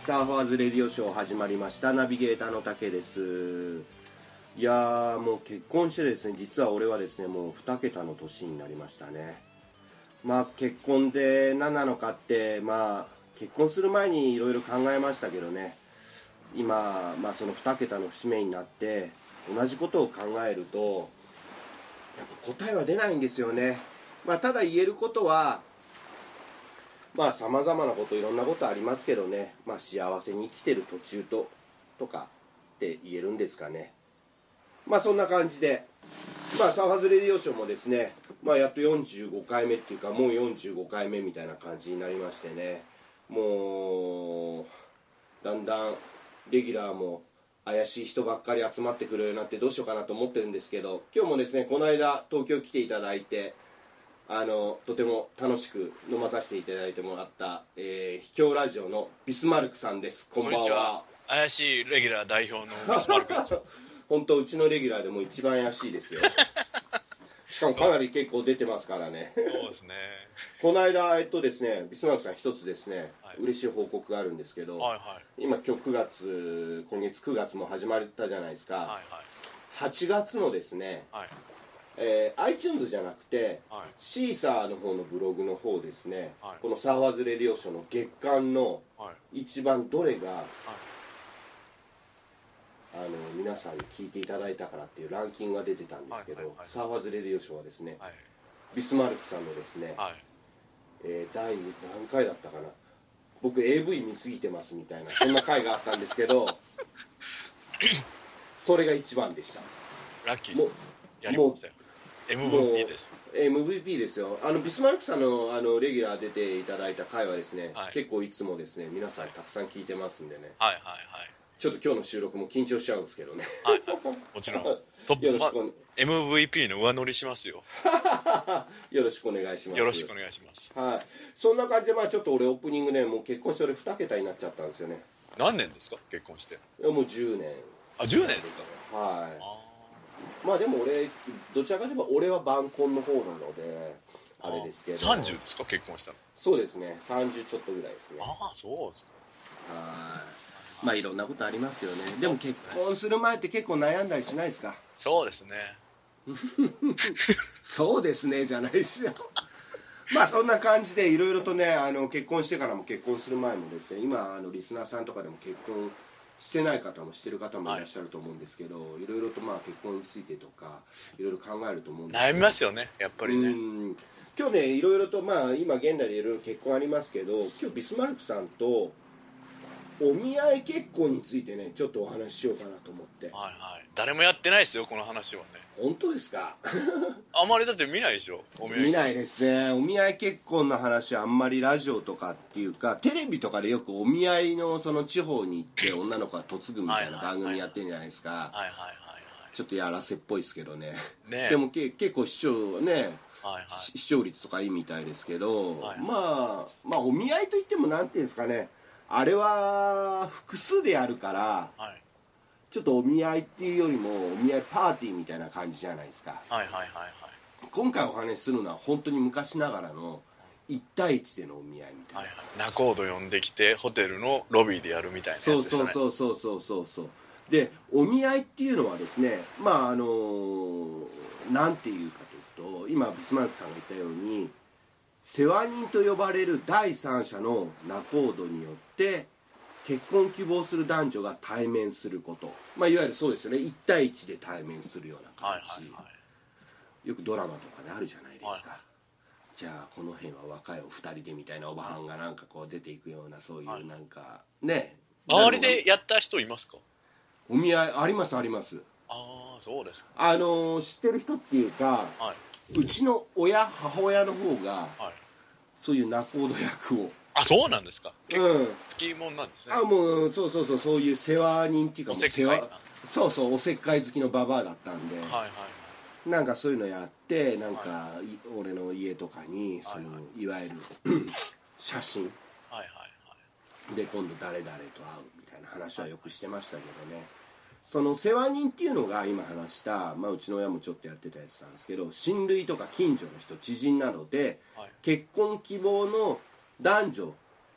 サーファーズレディオショー始まりました。ナビゲーターの竹です。いやー、もう結婚してですね、実は俺はですね、もう2桁の年になりましたね。まあ結婚で何なのかって、まあ結婚する前にいろいろ考えましたけどね、今、まあその2桁の節目になって同じことを考えるとやっぱ答えは出ないんですよね。まあただ言えることは、まあ様々なこと、いろんなことありますけどね、まあ幸せに生きてる途中とかって言えるんですかね。まあそんな感じで、まあサーファーズレディオショーもですね、まあやっと45回目っていうか、もう45回目みたいな感じになりましてね、もうだんだんレギュラーも怪しい人ばっかり集まってくるようになってどうしようかなと思ってるんですけど、今日もですね、この間東京来ていただいて、とても楽しく飲まさせていただいてもらった、秘境ラジオのビスマルクさんです。こんばんは。 こんにちは。怪しいレギュラー代表のビスマルクです本当うちのレギュラーでも一番怪しいですよ。しかもかなり結構出てますからね。 そうですね。 この間ですね、ビスマルクさん一つですね、 はい、 嬉しい報告があるんですけど、 はいはい、 今今月9月も始まったじゃないですか。 はいはい、 8月のですね、 はい、 iTunes じゃなくて、 はい、 シーサーの方のブログの方ですね、 はい、 このサーファーズレディオショーの月間の一番どれが、 はい、 皆さんに聞いていただいたからっていうランキングが出てたんですけど、 はいはいはい、 サーファーズレディオショーはですね、 はい、 ビスマルクさんのですね、 はい、 第何回だったかな、僕 AV 見すぎてますみたいなそんな回があったんですけどそれが一番でした。 ラッキーです。やりましたよ。MVP です。 MVP ですよ。ビスマルクさんのレギュラー出ていただいた回はですね、 はい、 結構いつもですね皆さんたくさん聞いてますんでね、 はいはいはい、 ちょっと今日の収録も緊張しちゃうんですけどね。 はいはい、もちろんトップ、 よろしく MVP の上乗りしますよ。 よろしくお願いします。 よろしくお願いします。 はい、そんな感じで、まあちょっと俺オープニングね、もう結婚して俺2桁になっちゃったんですよね。 何年ですか、結婚して。 もう10年。 あ、10年ですか。 はい。 あ、 まあでも俺どちらかといえば俺は晩婚の方なのであれですけど。 30ですか、結婚したの。 そうですね、30ちょっとぐらいですね。 ああ、そうですか。 はい。まあいろんなことありますよね。でも結婚する前って結構悩んだりしないですか？ そうですね。 そうですねじゃないですよ。まあそんな感じでいろいろとね、結婚してからも結婚する前もですね、今リスナーさんとかでも結婚してない方もしてる方もいらっしゃると思うんですけど、いろいろとまあ結婚についてとかいろいろ考えると思うんですけど、 悩みますよね、やっぱりね。 今日ねいろいろとまあ今現代でいろいろ結婚ありますけど、今日ビスマルクさんとお見合い結婚についてねちょっとお話ししようかなと思って。 はいはい、誰もやってないですよこの話はね。 本当ですか？ あまりだって見ないでしょ、お見合い。 見ないですね。お見合い結婚の話はあんまりラジオとかっていうかテレビとかでよくお見合いのその地方に行って女の子が嫁ぐみたいな番組やってるんじゃないですか。 はいはいはい、 ちょっとやらせっぽいですけどね。 ね、 でも結構視聴ね、はいはい、視聴率とかいいみたいですけど、はいはい、まあお見合いといってもなんていうんですかね、あれは複数でやるから、はい、ちょっとお見合いっていうよりもお見合いパーティーみたいな感じじゃないですか。 はいはいはいはい。 今回お話しするのは本当に昔ながらの1対1でのお見合いみたいな、はいはい、 仲人呼んできてホテルのロビーでやるみたいなやつですね。 そうで、お見合いっていうのはですね、まあなんていうかというと、今ビスマルクさんが言ったように世話人と呼ばれる第三者の仲人によって結婚希望する男女が対面すること、まあ、いわゆるそうですよね、1対1で対面するような感じ、はいはいはい、よくドラマとかであるじゃないですか、はい、じゃあこの辺は若いお二人でみたいなおばはんがなんかこう出ていくような、そういうなんか、はい、ね、 周りでやった人いますか？ お見合いありますあります。 ああ、そうですか。 知ってる人っていうか、はい、うちの母親の方が、はい、そういう仲人役を。 あ、そうなんですか。結構好きもんなんですね。 もうそういう世話人っていうか、 おせっかいな、 そうおせっかい好きのババアだったんで、はいはいはい、なんかそういうのやってなんか、はい、俺の家とかにその、はいはい、いわゆる写真、はいはいはい、で今度誰々と会うみたいな話はよくしてましたけどね。その世話人っていうのが今話した、まあ、うちの親もちょっとやってたやつなんですけど、親類とか近所の人、知人などで、はい、結婚希望の男女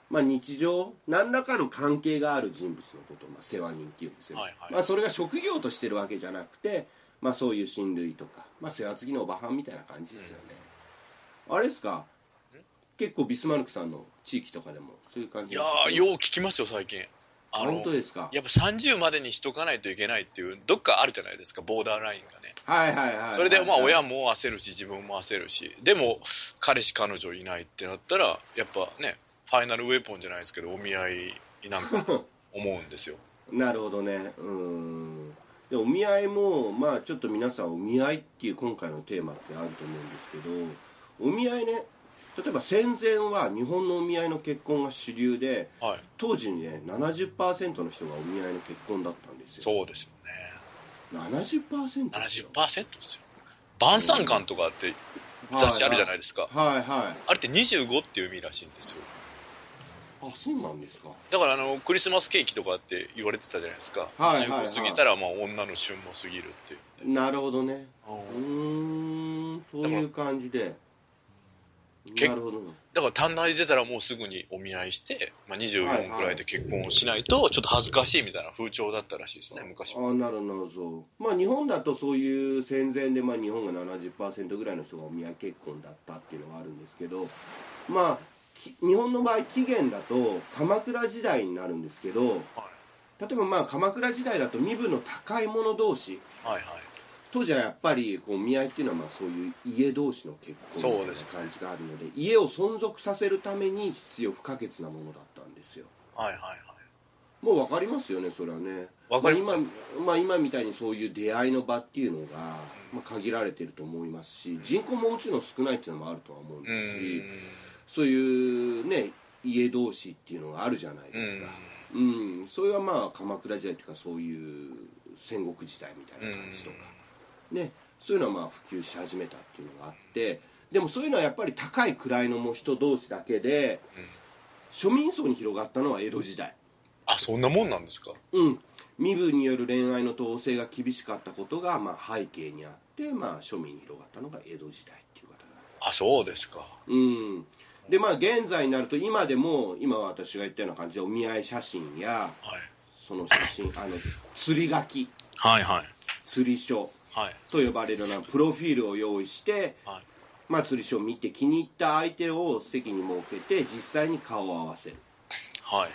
まあ、日常何らかの関係がある人物のことを、まあ、世話人っていうんですよ、 はいはい、 まあ、それが職業としてるわけじゃなくて、まあ、そういう親類とか、まあ、世話継ぎのおばはんみたいな感じですよね、あれですか、結構ビスマルクさんの地域とかでもそういう感じいですか？ やー、よう聞きますよ最近。 本当ですか？ やっぱ30までにしとかないといけないっていうどっかあるじゃないですか、ボーダーラインがね。 はいはいはい、はい、 それでまあ親も焦るし自分も焦るし、でも彼氏彼女いないってなったらやっぱね、ファイナルウェポンじゃないですけどお見合いなんか思うんですよなるほどね。でお見合いもまあちょっと皆さんお見合いっていう今回のテーマってあると思うんですけど、お見合いね、例えば戦前は日本のお見合いの結婚が主流で、 はい、 当時にね 70% の人がお見合いの結婚だったんですよ。 そうですよね。 70% ですよ。 70% ですよ。晩餐館とかって雑誌あるじゃないですか、 はいはい、 あれって25っていう意味らしいんですよ。 あ、そうなんですか。 だからクリスマスケーキとかって言われてたじゃないですか、 はいはいはい、 15過ぎたらまあ女の旬も過ぎるっていう。 なるほどね。そういう感じで。なるほど。 だから短大出たらもうすぐにお見合いして、まあ、24くらいで結婚をしないとちょっと恥ずかしいみたいな風潮だったらしいですね昔は。 なるほど。まあ日本だとそういう戦前で、まあ日本が 70% ぐらいの人がお見合い結婚だったっていうのがあるんですけど、まあ日本の場合起源だと鎌倉時代になるんですけど、はい、例えばまあ鎌倉時代だと身分の高い者同士、はいはい、当時はやっぱりこうお見合いっていうのはまあそういう家同士の結婚みたいな感じがあるので、家を存続させるために必要不可欠なものだったんですよ。はいはいはい。もう分かりますよね、それはね。分かります。今みたいにそういう出会いの場っていうのが、まあ、限られてると思いますし、人口ももちろん少ないっていうのもあるとは思うんですし、そういうね家同士っていうのがあるじゃないですか。それはまあ鎌倉時代というかそういう戦国時代みたいな感じとかね、そういうのはまあ普及し始めたっていうのがあって、でもそういうのはやっぱり高い位の人同士だけで、庶民層に広がったのは江戸時代。 あ、そんなもんなんですか。 身分による恋愛の統制が厳しかったことがまあ背景にあって、まあ庶民に広がったのが江戸時代っていう方が。 あ、そうですか。 でまあ現在になると今でも今私が言ったような感じでお見合い写真や、はい、その写真釣り書き、はいはい、釣り書と呼ばれるようなプロフィールを用意して、はい、まあ、釣り書を見て気に入った相手を席に設けて実際に顔を合わせる、はい、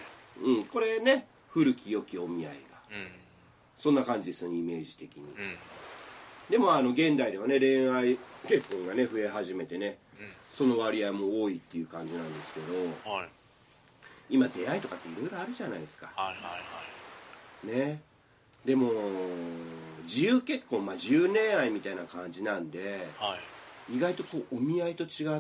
これね古き良きお見合いが、そんな感じですよねイメージ的に、でも現代ではね恋愛結婚がね増え始めてね、その割合も多いっていう感じなんですけど、はい、今出会いとかっていろいろあるじゃないですか、はいはいはい、ね。でも自由結婚、まあ、自由恋愛みたいな感じなんで、はい、意外とこうお見合いと違って、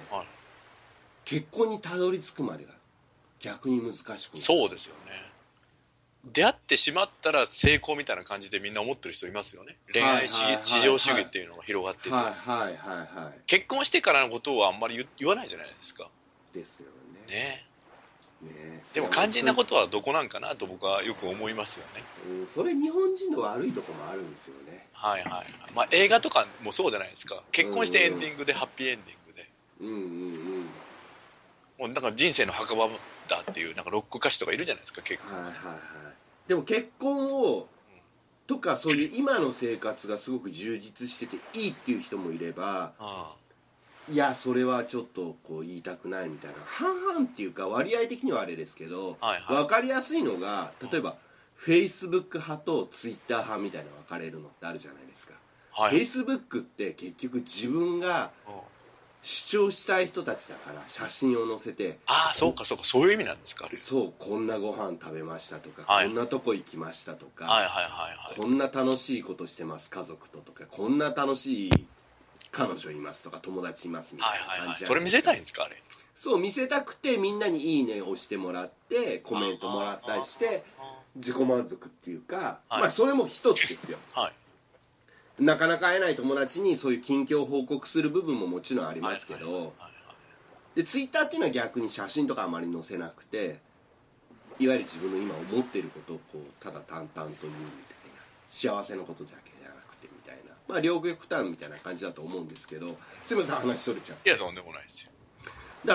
はい、結婚にたどり着くまでが逆に難しくなる。 そうですよね。出会ってしまったら成功みたいな感じでみんな思ってる人いますよね。恋愛至上主義っていうのが広がってて、結婚してからのことをあんまり言わないじゃないですか。 ですよね。 でも肝心なことはどこなんかなと僕はよく思いますよね。 それ日本人の悪いとこもあるんですよね。 はいはい。まあ映画とかもそうじゃないですか。結婚してエンディングでハッピーエンディングで。もうなんか人生の墓場だっていうなんかロック歌手とかいるじゃないですか結構。はいはいはい。 でも結婚をとかそういう今の生活がすごく充実してていいっていう人もいれば、いやそれはちょっとこう言いたくないみたいな半々っていうか割合的にはあれですけど、分かりやすいのが例えばフェイスブック派とツイッター派みたいな分かれるのってあるじゃないですか。フェイスブックって結局自分が主張したい人たちだから写真を載せて、 そうかそうか、そういう意味なんですか。 そうこんなご飯食べましたとか、こんなとこ行きましたとか、こんな楽しいことしてます家族ととか、こんな楽しい彼女いますとか友達いますみたいな感じで、 それ見せたいんですかあれ。 そう見せたくてみんなにいいねを押してもらってコメントもらったりして自己満足っていうか、まあそれも一つですよ。なかなか会えない友達にそういう近況を報告する部分ももちろんありますけど、でツイッターっていうのは逆に写真とかあまり載せなくて、いわゆる自分の今思っていることをこうただ淡々と言うみたいな、幸せのことだけじゃなくてみたいな、まあ両極端みたいな感じだと思うんですけど、すみません話それちゃう。 いやとんでもないですよ。 だから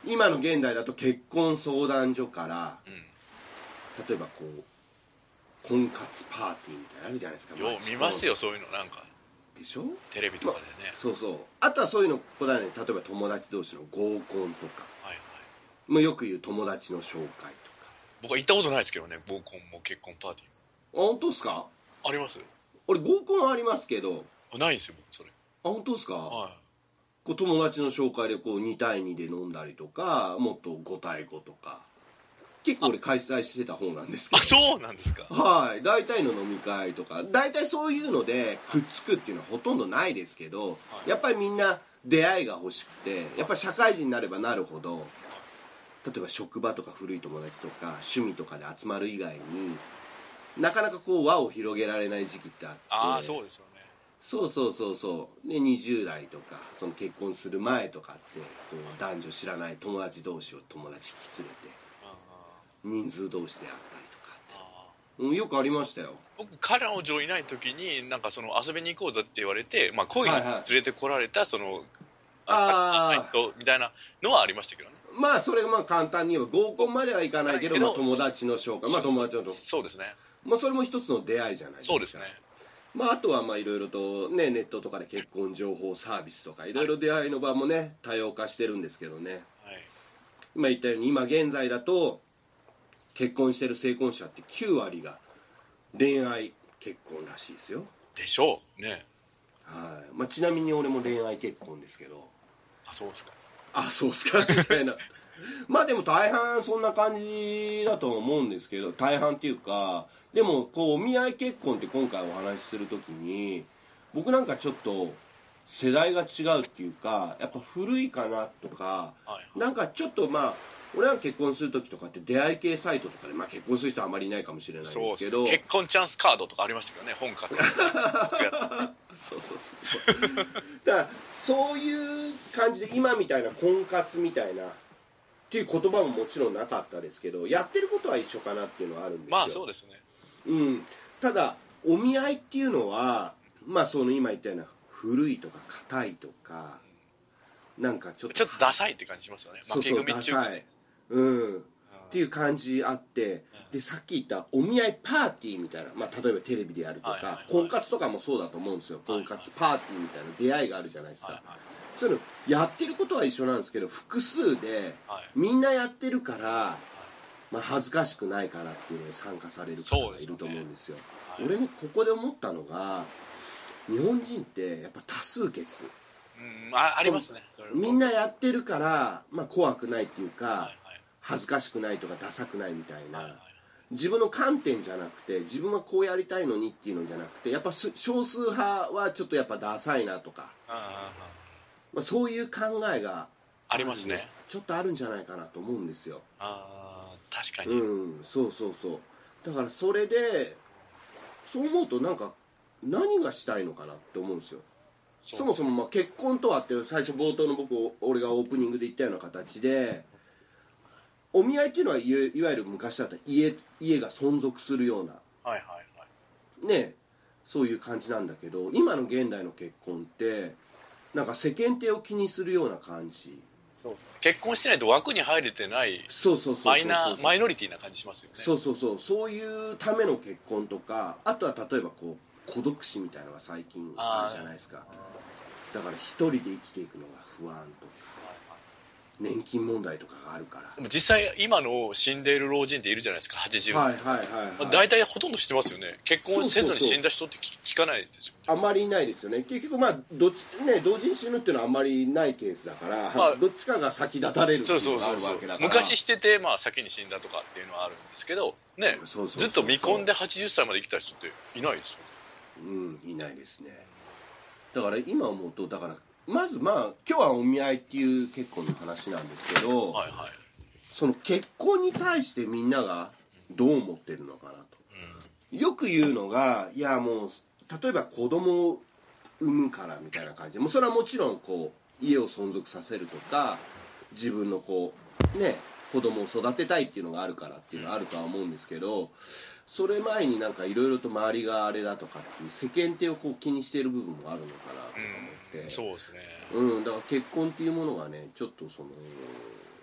今の現代だと結婚相談所から、例えばこう婚活パーティーみたいなのあるじゃないですか。 よう見ますよ、そういうの。なんかでしょ、 テレビとかでね、 そうそう。あとはそういうの、こだね、例えば友達同士の合コンとか、 はいはい、 もうよく言う友達の紹介とか。 僕は行ったことないですけどね、合コンも結婚パーティーも。あ、本当ですか？ あります？ 俺合コンはありますけど。 ないんですよ僕それ。 あ、本当ですか？ はい。 こう友達の紹介でこう2対2で飲んだりとか、もっと5対5とか、結構俺開催してた方なんですけど。 あ、そうなんですか。 はい。大体の飲み会とか、大体そういうのでくっつくっていうのはほとんどないですけど、やっぱりみんな出会いが欲しくて、やっぱり社会人になればなるほど、例えば職場とか古い友達とか趣味とかで集まる以外になかなかこう輪を広げられない時期ってあって。 ああ、そうですよね。 そうそうそうそうで、20代とかその結婚する前とかってこう男女知らない友達同士を友達引き連れて人数同士で会ったりとかって、よくありましたよ。 僕彼女いない時になんかその遊びに行こうぜって言われて、まあ、恋に連れてこられたその、たくさんの人みたいなのはありましたけどね。 まあそれがまあ簡単に言えば合コンまではいかないけど、まあ、友達の紹介、まあ友達のそうですね、 まあ、それも一つの出会いじゃないですか。 そうですね。 まあ、あとはまあいろいろとね、ネットとかで結婚情報サービスとかいろいろ出会いの場もね多様化してるんですけどね、はい、今言ったように今現在だと結婚してる成婚者って9割が恋愛結婚らしいですよ。 でしょうね。 はい、まあ、ちなみに俺も恋愛結婚ですけど。 あ、そうですか。 あ、そうですかみたいなまあでも大半そんな感じだと思うんですけど、大半っていうか、でもこうお見合い結婚って今回お話しするときに僕なんかちょっと世代が違うっていうか、やっぱ古いかなとか、はいはい、なんかちょっとまあ俺が結婚する時とかって出会い系サイトとかで、まあ、結婚する人はあまりいないかもしれないですけど、 結婚チャンスカードとかありましたけどね、本書くやつそうそうそうだからそういう感じで今みたいな婚活みたいなっていう言葉ももちろんなかったですけど、やってることは一緒かなっていうのはあるんですよ。 まあそうですね、 うん、ただお見合いっていうのはまあその今言ったような古いとか硬いとか、なんかちょっとダサいって感じしますよね。 そうそう、ダサい、っていう感じあって、でさっき言ったお見合いパーティーみたいな、まあ、例えばテレビでやるとか、婚活とかもそうだと思うんですよ。婚活パーティーみたいな出会いがあるじゃないですか。そういうのやってることは一緒なんですけど、複数でみんなやってるから、まあ、恥ずかしくないからっていうのに参加される方がいると思うんですよ。俺ねここで思ったのが、日本人ってやっぱ多数決、 ありますね。 みんなやってるから、まあ、怖くないっていうか、恥ずかしくないとかダサくないみたいな、自分の観点じゃなくて自分はこうやりたいのにっていうのじゃなくて、やっぱ少数派はちょっとやっぱダサいなとか、まあ、そういう考えがありますね。 ちょっとあるんじゃないかなと思うんですよ。 確かに、 そうそうそう。だからそれでそう思うとなんか何がしたいのかなって思うんですよ。そもそもまあ結婚とはって最初冒頭の俺がオープニングで言ったような形で、お見合いっていうのはいわゆる昔だったら家が存続するような、ね、そういう感じなんだけど、今の現代の結婚ってなんか世間体を気にするような感じ。 そう結婚してないと枠に入れてないマイノリティな感じしますよね。 そういうための結婚とか、あとは例えばこう孤独死みたいなのが最近あるじゃないですか。だから一人で生きていくのが不安とか、年金問題とかがあるから。 でも実際今の死んでいる老人っているじゃないですか、80代。大体ほとんど知ってますよね。結婚せずに死んだ人って聞かないですよね。 あまりいないですよね。結局まあ同時に死ぬっていうのはあんまりないケースだから、まあ、どっちかが先立たれるっていうのがあるわけだから。 昔してて、まあ、先に死んだとかっていうのはあるんですけどね、ずっと見込んで80歳まで生きた人っていないですよ。 いないですね。だから今思うと、だからまずまあ今日はお見合いっていう結婚の話なんですけど、その結婚に対してみんながどう思ってるのかなと、よく言うのが、いやもう例えば子供を産むからみたいな感じで、もうそれはもちろんこう家を存続させるとか、自分のこうね子供を育てたいっていうのがあるからっていうのはあるとは思うんですけど、それ前になんかいろいろと周りがあれだとかっていう世間体をこう気にしている部分もあるのかなと思って、 そうですね。 だから結婚っていうものがね、ちょっとその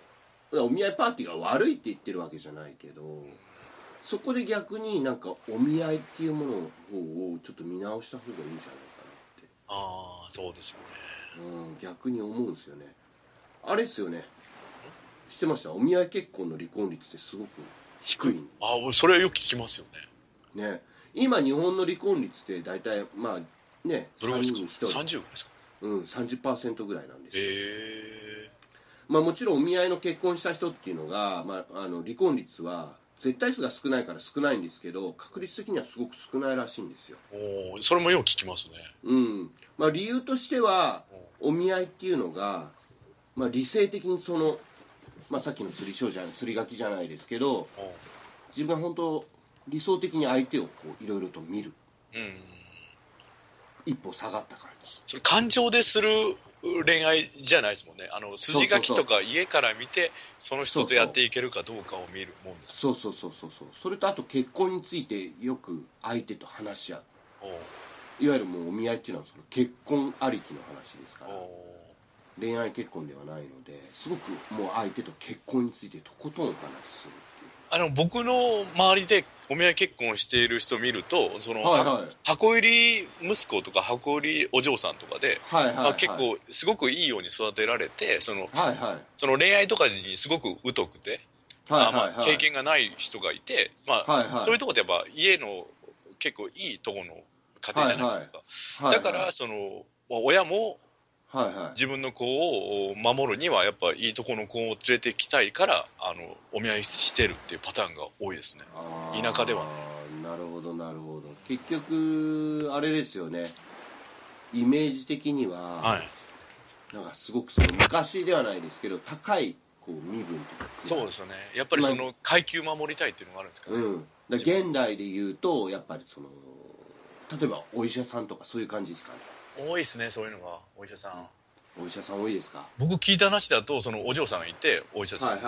お見合いパーティーが悪いって言ってるわけじゃないけど、そこで逆になんかお見合いっていうものをちょっと見直した方がいいんじゃないかなって。 ああ、そうですよね。 逆に思うんですよね。あれですよね、知ってました？お見合い結婚の離婚率ってすごく低い。 それはよく聞きますよね。ね、今日本の離婚率って大体まあね、 どれぐらいですか？ 3人に1人、 30ぐらいですか？ 30% ぐらいなんですよ。まあもちろんお見合いの結婚した人っていうのが、まあ、離婚率は絶対数が少ないから少ないんですけど、確率的にはすごく少ないらしいんですよ。 それもよく聞きますね。 まあ理由としては、お見合いっていうのが、まあ、理性的にまあ、さっきの釣り書きじゃないですけど、自分は本当理想的に相手をこういろいろと見る、一歩下がった感じ。 それ感情でする恋愛じゃないですもんね。筋書きとか家から見てその人とやっていけるかどうかを見るもんです。 そう。それとあと結婚についてよく相手と話し合う。いわゆるもうお見合いっていうのはその結婚ありきの話ですから、恋愛結婚ではないので、すごくもう相手と結婚についてとことんお話しするっていう。 僕の周りでお見合い結婚している人を見ると、箱入り息子とか箱入りお嬢さんとかで、結構すごくいいように育てられて、その恋愛とかにすごく疎くて、経験がない人がいて、そういうところってやっぱ家の結構いいところの家庭じゃないですか。だから親も自分の子を守るにはやっぱいいとこの子を連れてきたいからお見合いしてるっていうパターンが多いですね、田舎ではね。 なるほど。結局あれですよね、イメージ的には、なんかすごく昔ではないですけど高いこう身分とか。 そうですよね、やっぱり階級守りたいっていうのがあるんですかね。 現代で言うとやっぱり例えばお医者さんとかそういう感じですかね。 多いですね、そういうのが。お医者さん多いですか？ 僕聞いた話だとお嬢さんがいて、お医者さん、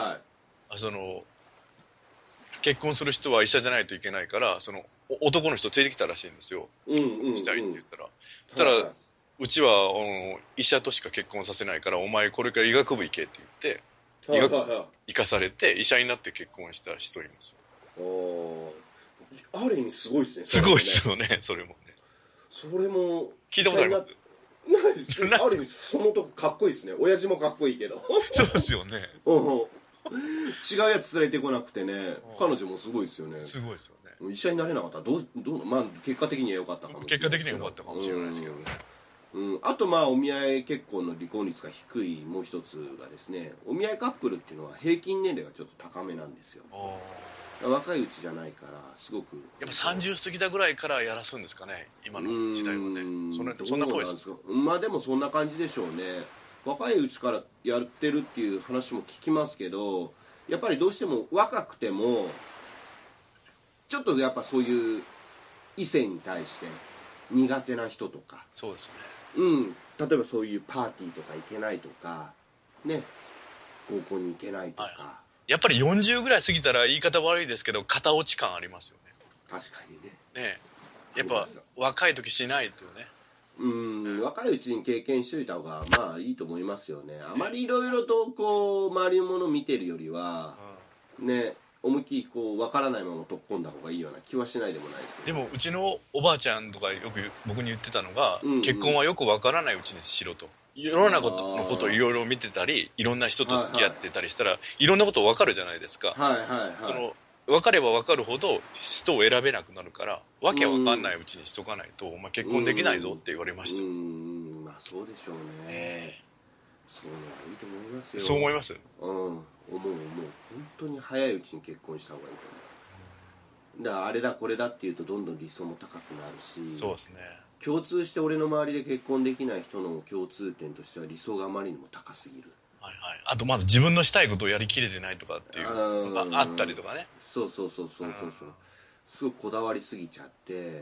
結婚する人は医者じゃないといけないから男の人連れてきたらしいんですよ、したいって言ったら。そしたら、うちは医者としか結婚させないからお前これから医学部行けって言って、行かされて医者になって結婚した人いますよ。 ある意味すごいですね。 すごいですよね、それもね。 それも聞いたことあります？ ないです。ある意味そのとこかっこいいですね。親父もかっこいいけど。 そうですよね。 違うやつ連れてこなくてね、彼女もすごいですよね。 すごいですよね。 医者になれなかったらまあ結果的には良かったかもしれない。 結果的には良かったかもしれないですけどね。 あとまあお見合い結婚の離婚率が低いもう一つがですね、お見合いカップルっていうのは平均年齢がちょっと高めなんですよ。若いうちじゃないからすごくやっぱ30過ぎたぐらいからやらすんですかね、今の時代はね。そんな声ですか？ まあでもそんな感じでしょうね。若いうちからやってるっていう話も聞きますけど、やっぱりどうしても若くてもちょっとやっぱそういう異性に対して苦手な人とか、 そうですね、 例えばそういうパーティーとか行けないとかね、合コンに行けないとか、 やっぱり40ぐらい過ぎたら言い方悪いですけど片落ち感ありますよね。 確かにね。やっぱ若い時しないとね。 若いうちに経験しといた方がまあいいと思いますよね。あまりいろいろとこう周りのものを見てるよりは、ね、思いっきりこう分からないまま飛び込んだ方がいいような気はしないでもないですけど。 でもうちのおばあちゃんとかよく僕に言ってたのが、結婚はよく分からないうちにしろと。いろんなことのことをいろいろ見てたり、いろんな人と付き合ってたりしたら、いろんなこと分かるじゃないですか。分かれば分かるほど人を選べなくなるから、わけ分かんないうちにしとかないと、結婚できないぞって言われました。 まあそうでしょうね。そういうのがいいと思いますよ。 そう思います。 思う。本当に早いうちに結婚した方がいいと思う。だからあれだこれだっていうとどんどん理想も高くなるし。 そうですね。 共通して俺の周りで結婚できない人の共通点としては理想があまりにも高すぎる。 あとまだ自分のしたいことをやりきれてないとかっていうのがあったりとかね。 そうすごいこだわりすぎちゃって、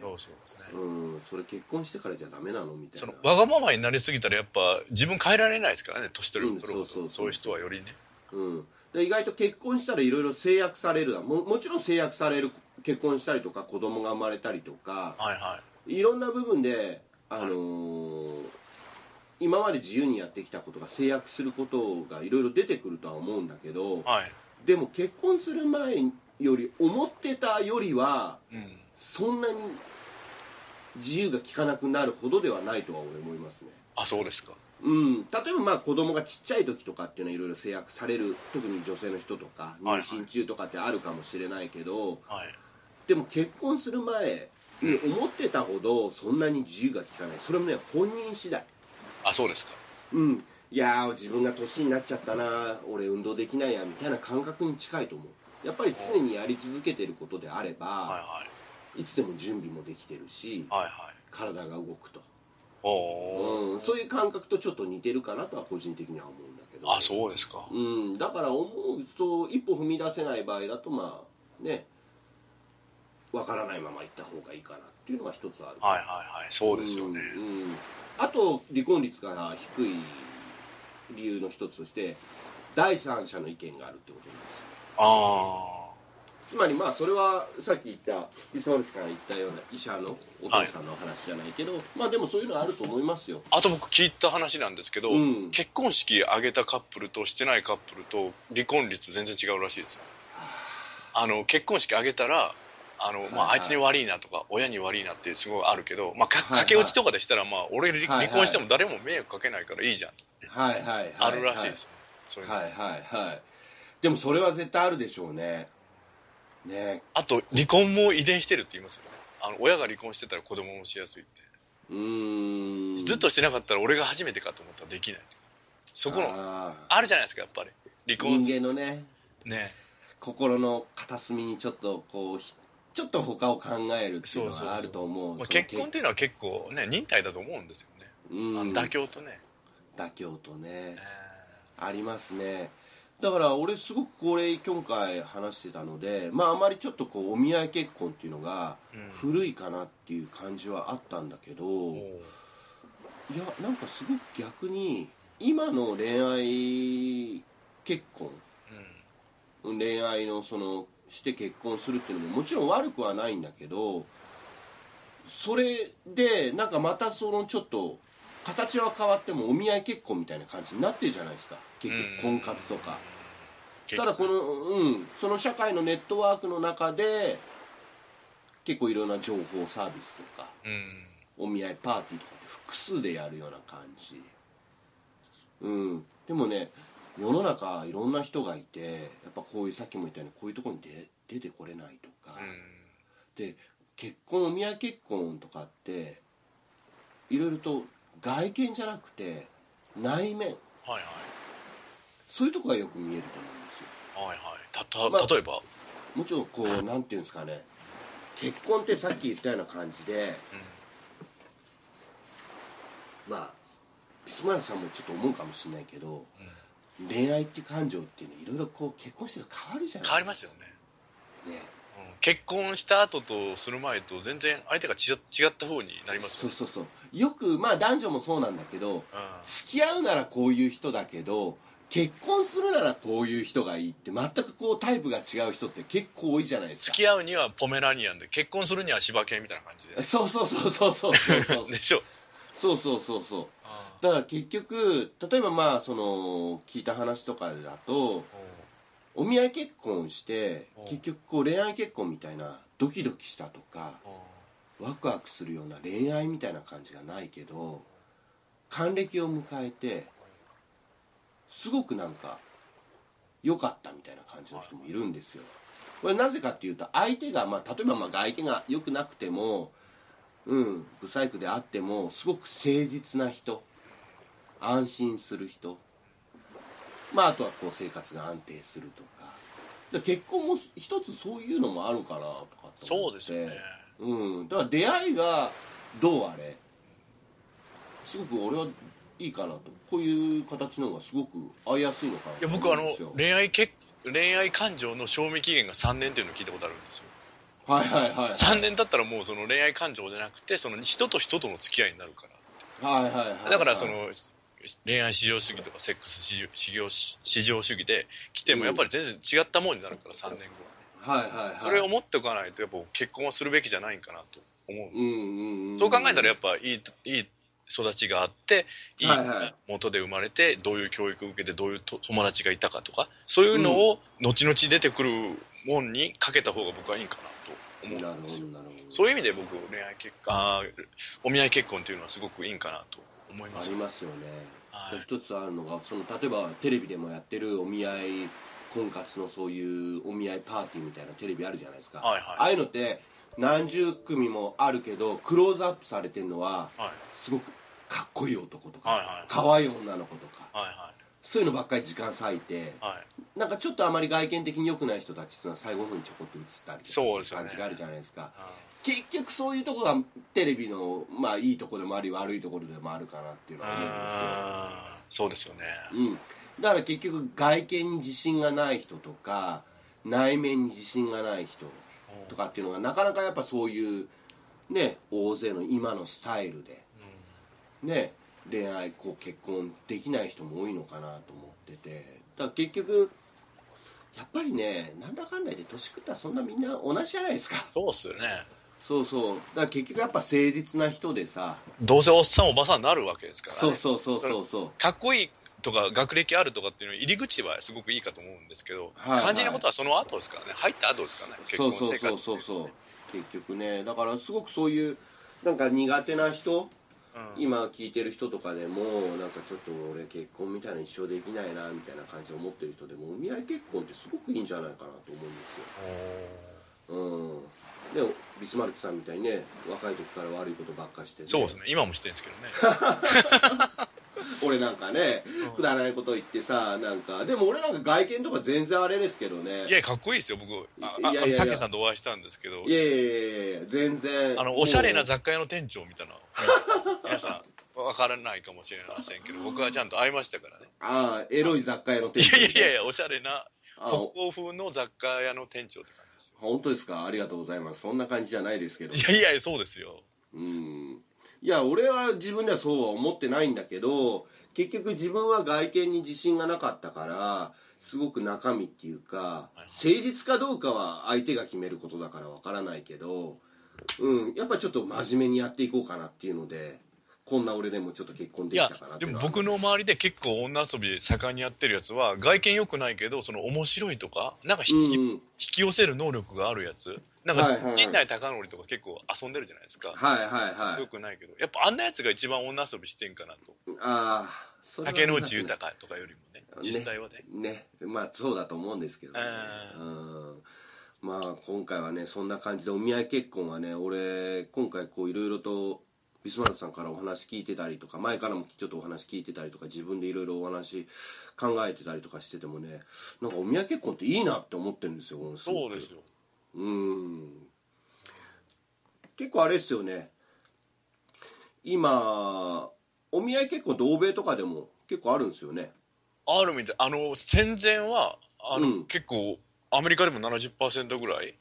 そうですね。 それ結婚してからじゃダメなのみたいな。 わがままになりすぎたらやっぱ自分変えられないですからね、年取ると。そういう人はよりね。 で意外と結婚したらいろいろ制約される。もちろん制約される。結婚したりとか子供が生まれたりとか、いろんな部分で今まで自由にやってきたことが制約することがいろいろ出てくるとは思うんだけど、 はい、 でも結婚する前より思ってたよりは、そんなに自由が利かなくなるほどではないとは俺思いますね。 あ、そうですか。 例えば子供がちっちゃい時とかっていうのはいろいろ制約される、特に女性の人とか妊娠中とかってあるかもしれないけど、 はい、 でも結婚する前に思ってたほどそんなに自由が利かない。それもね、本人次第。 あ、そうですか。 いやー、自分が年になっちゃったな、俺運動できないやみたいな感覚に近いと思う。やっぱり常にやり続けてることであれば、 はいはい、 いつでも準備もできてるし、 はいはい、 体が動くと、 そそういう感覚とちょっと似てるかなとは個人的には思うんだけど。 あ、そうですか。 だから思うと一歩踏み出せない場合だとまあね、分からないまま行った方がいいかなっていうのが一つある。 はいはいはい、そうですよね。 あと離婚率が低い理由の一つとして第三者の意見があるってことなんですよ。つまりまあそれはさっき言った磯丸から言ったような医者のお父さんの話じゃないけど、まあでもそういうのはあると思いますよ。 あと僕聞いた話なんですけど、結婚式挙げたカップルとしてないカップルと離婚率全然違うらしいですよ。結婚式挙げたらあいつに悪いなとか親に悪いなってすごいあるけど、駆け落ちとかでしたら俺離婚しても誰も迷惑かけないからいいじゃん、あるらしいです。そういうの。 でもそれは絶対あるでしょうね。 あと離婚も遺伝してるって言いますよね。親が離婚してたら子供もしやすいって。ずっとしてなかったら俺が初めてかと思ったらできない。そこのあるじゃないですか、やっぱり離婚人間のね心の片隅にちょっとこうちょっと他を考えるっていうのはあると思う。 結婚っていうのは結構ね忍耐だと思うんですよね。妥協とねありますね。だから俺すごくこれ今回話してたので、あまりちょっとこうお見合い結婚っていうのが古いかなっていう感じはあったんだけど、いやなんかすごく逆に今の恋愛結婚、恋愛のして結婚するっていうのももちろん悪くはないんだけど、それでなんかまたちょっと形は変わってもお見合い結婚みたいな感じになってるじゃないですか、結局婚活とか。ただその社会のネットワークの中で結構いろんな情報サービスとか、お見合いパーティーとかって複数でやるような感じ。でもね、世の中いろんな人がいて、やっぱこういうさっきも言ったようにこういうところに出てこれないとか、でお見合い結婚とかっていろいろと外見じゃなくて内面、そういうとこがよく見えると思うんですよ。 例えばもちろんこうなんていうんですかね、結婚ってさっき言ったような感じで、ビスマルさんもちょっと思うかもしれないけど、恋愛って感情っていうのはいろいろこう結婚して変わるじゃないですか。 変わりますよね。結婚した後とする前と全然相手が違った方になりますよね。 そうよく男女もそうなんだけど、付き合うならこういう人だけど結婚するならこういう人がいいって全くこうタイプが違う人って結構多いじゃないですか。 付き合うにはポメラニアンで結婚するには柴犬みたいな感じで。 そうでしょ。 そうだから結局例えば聞いた話とかだとお見合い結婚して結局こう恋愛結婚みたいなドキドキしたとかワクワクするような恋愛みたいな感じがないけど、還暦を迎えてすごくなんか良かったみたいな感じの人もいるんですよ。これなぜかっていうと相手が例えば相手が良くなくても不細工であってもすごく誠実な人、安心する人、あとはこう生活が安定するとか、結婚も一つそういうのもあるかなとかって思って。 そうですよね。 だから出会いがどうあれすごく俺はいいかなと、こういう形の方がすごく合いやすいのかなと思うんですよ。 僕恋愛感情の賞味期限が3年っていうのを聞いたことあるんですよ。 3 年経ったらもうその恋愛感情じゃなくてその人と人との付き合いになるから。だから恋愛至上主義とかセックス至上主義で来てもやっぱり全然違ったもんになるから3年後は。それを持っておかないとやっぱ結婚はするべきじゃないかなと思う。そう考えたらやっぱいい育ちがあっていい元で生まれてどういう教育を受けてどういう友達がいたかとかそういうのを後々出てくるもんにかけた方が僕はいいかなと思うんですよ。そういう意味で僕お見合い結婚っていうのはすごくいいかなと思います。 ありますよね、はい、一つあるのが例えばテレビでもやってるお見合い婚活のそういうお見合いパーティーみたいなテレビあるじゃないですか、はいはい、ああいうのって何十組もあるけどクローズアップされてるのは、はい、すごくかっこいい男とか、はいはい、可愛い女の子とか、はいはい、そういうのばっかり時間割いて、はい、なんかちょっとあまり外見的に良くない人たちっていうのは最後の方にちょこっと映ったりとか感じがあるじゃないですか。結局そういうところがテレビの、まあ、いいところでもあり悪いところでもあるかなっていうのは思うんですよ。 そうですよね、 うん、だから結局外見に自信がない人とか内面に自信がない人とかっていうのがなかなかやっぱそういうね大勢の今のスタイルで、ね、恋愛結婚できない人も多いのかなと思ってて、だから結局やっぱりねなんだかんだで年食ったらそんなみんな同じじゃないですか。 そうっすよね。 そうそう、だから結局やっぱ誠実な人でさどうせおっさんおばさんになるわけですからね。 そうかっこいいとか学歴あるとかっていうの入り口はすごくいいかと思うんですけど、はいはい、肝心なことはその後ですからね。入った後ですからね。結婚生活そう結局ねだからすごくそういうなんか苦手な人、今聞いてる人とかでもなんかちょっと俺結婚みたいな一生できないなみたいな感じで思ってる人でもお見合い結婚ってすごくいいんじゃないかなと思うんですよ。でビスマルクさんみたいにね若い時から悪いことばっかして、ね、 そうですね今もしてるんですけどね俺なんかねくだらないこと言ってさなんかでも俺なんか外見とか全然あれですけどね。 いやかっこいいですよ僕たけさんとお会いしたんですけどいや全然おしゃれな雑貨屋の店長みたいな皆さん分からないかもしれませんけど僕はちゃんと会いましたからね。 ああエロい雑貨屋の店長いやおしゃれな北欧風の雑貨屋の店長って感じですよ。 本当ですか。ありがとうございます。そんな感じじゃないですけど。 いやそうですよ。 いや俺は自分ではそうは思ってないんだけど結局自分は外見に自信がなかったからすごく中身っていうか誠実かどうかは相手が決めることだからわからないけど、やっぱりちょっと真面目にやっていこうかなっていうのでこんな俺でもちょっと結婚できたかなっていうのは。 でも僕の周りで結構女遊び盛んにやってるやつは外見良くないけどその面白いとかなんか引き寄せる能力があるやつなんか陣内孝則とか結構遊んでるじゃないですか。良くないけどやっぱあんなやつが一番女遊びしてんかなと。竹野内豊とかよりもね実際はねまあそうだと思うんですけどね。まあ今回はねそんな感じでお見合い結婚はね俺今回こういろいろとビスマルクさんからお話聞いてたりとか前からもちょっとお話聞いてたりとか自分でいろいろお話考えてたりとかしててもねなんかお見合い結婚っていいなって思ってるんですよ。 そうですよ。 結構あれですよね今お見合い結婚って欧米とかでも結構あるんですよね。 あるみたい。戦前は結構アメリカでも 70% ぐらい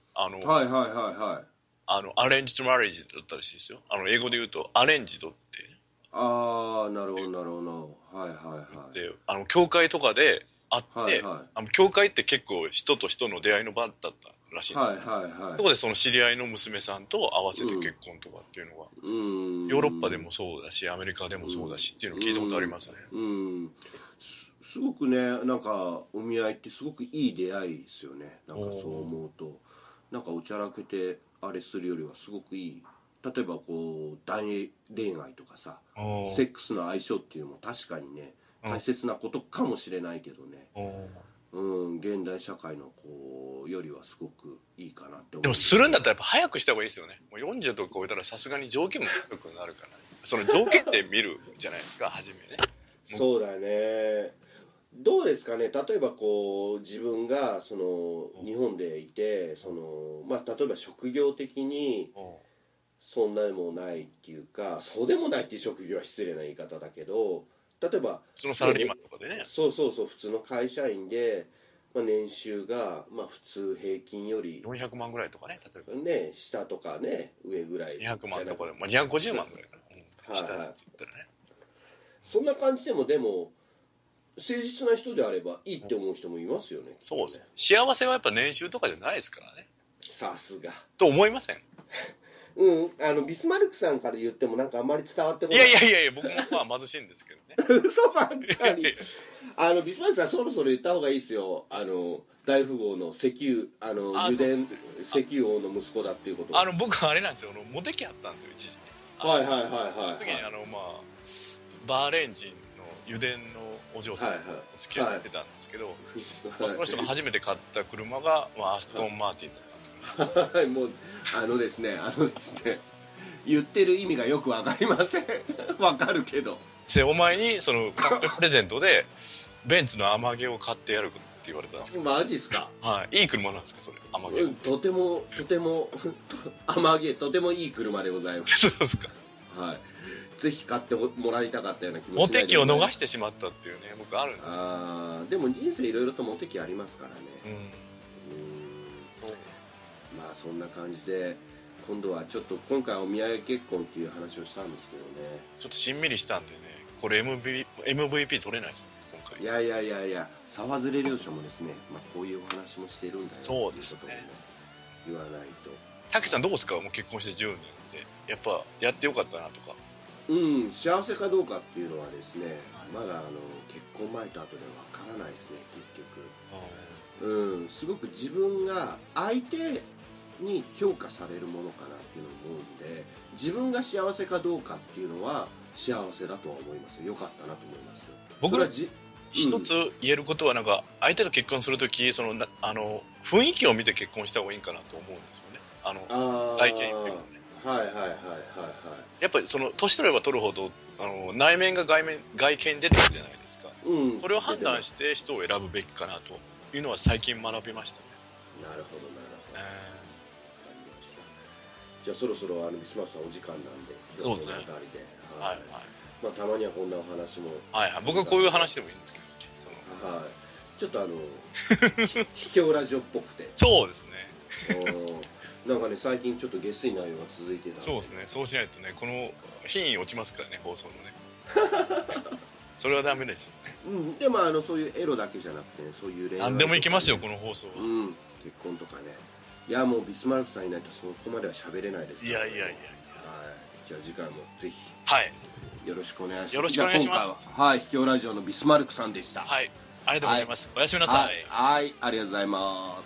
アレンジとマレージだったらしいですよ。英語で言うとアレンジドって。 なるほどで教会とかで会って、教会って結構人と人の出会いの場だったらしいんで、そこでその知り合いの娘さんと合わせて結婚とかっていうのが、ヨーロッパでもそうだしアメリカでもそうだしっていうのを聞いたことありますね。 すごくねなんかお見合いってすごくいい出会いですよね。なんかそう思うとなんかおちゃらけてあれするよりはすごくいい。例えばこう男女恋愛とかさセックスの相性っていうのも確かにね大切なことかもしれないけどね現代社会のこうよりはすごくいいかなって思う。 でもするんだったらやっぱ早くした方がいいですよね。もう40とか超えたらさすがに条件も低くなるからその条件で見るじゃないですか初めね。 そうだね。どうですかね。例えばこう自分がその日本でいてそのまあ例えば職業的にそんなでもないっていうかそうでもないっていう職業は失礼な言い方だけど例えばそのサラリーマンとかでねそう普通の会社員で、年収が普通平均より 400万ぐらいとかね例えばね下とかね上ぐらい 200万とかでも、250万ぐらいかな、下って言ったらねそんな感じでも誠実な人であればいいって思う人もいますよね。 そうですね。幸せはやっぱ年収とかじゃないですからね。 さすがと思いません？ ビスマルクさんから言ってもなんかあんまり伝わってこない。 いや僕もまあ貧しいんですけどね。 嘘ばっかり。ビスマルクさんそろそろ言った方がいいですよ。大富豪の石油油田石油王の息子だっていうこと。 僕あれなんですよ、モテ期あったんですよ、一時に。 はい。 その時にバーレーン人の油田のお嬢さんと付き合ってたんですけど、その人が初めて買った車が、アストンマーティンだったんですけど、 はい、もうですね言ってる意味がよくわかりません。わかるけど。 お前にそのプレゼントでベンツのアマゲを買ってやるって言われたんですけど。 マジっすか。 はい。いい車なんですかそれ、アマゲ。 とてもアマゲとてもいい車でございます。 そうですか。 はい。ぜひ買ってもらいたかったような気持ち。 モテ期を逃してしまったっていうね、僕あるんですよ。 でも人生いろいろとモテ期ありますからね。そう。まあそんな感じで今度はちょっと今回お見合い結婚っていう話をしたんですけどね。 ちょっとしんみりしたんでね、これ MVP 取れないですね今回。 いや沢連領書もですね、こういうお話もしてるんだよ。 そうですね。 言わないと。 たけさんどうですか、もう結婚して10年でやっぱやってよかったなとか。 幸せかどうかっていうのはですね、まだ結婚前と後でわからないですね結局。すごく自分が相手に評価されるものかなっていうのを思うんで、自分が幸せかどうかっていうのは幸せだとは思いますよ。よかったなと思いますよ。 僕ら一つ言えることは、なんか相手と結婚するとき、その雰囲気を見て結婚した方がいいかなと思うんですよね。外見っていうのはね。やっぱりその年取れば取るほど内面が外見出てくるじゃないですか。それを判断して人を選ぶべきかなというのは最近学びましたね。 なるほどわかりました。じゃあそろそろビスマルクさんお時間なんで、 そうですね。 たまにはこんなお話も。 僕はこういう話でもいいんですけど。ちょっと秘境ラジオっぽくて。 そうですね。 なんかね、最近ちょっと下水内容が続いてた。 そうですね。そうしないとね、この品位落ちますからね、放送のね。それはダメですよね。 でもそういうエロだけじゃなくて、ね、そういう恋愛とか、ね、 何でもいけますよこの放送は。 結婚とかね。いやもうビスマルクさんいないとそこまでは喋れないですから、ね。いや。じゃあ次回もぜひよろしくお願いします。 よろしくお願いします。 今回は秘境ラジオのビスマルクさんでした。 ありがとうございます。おやすみなさい。 ありがとうございます。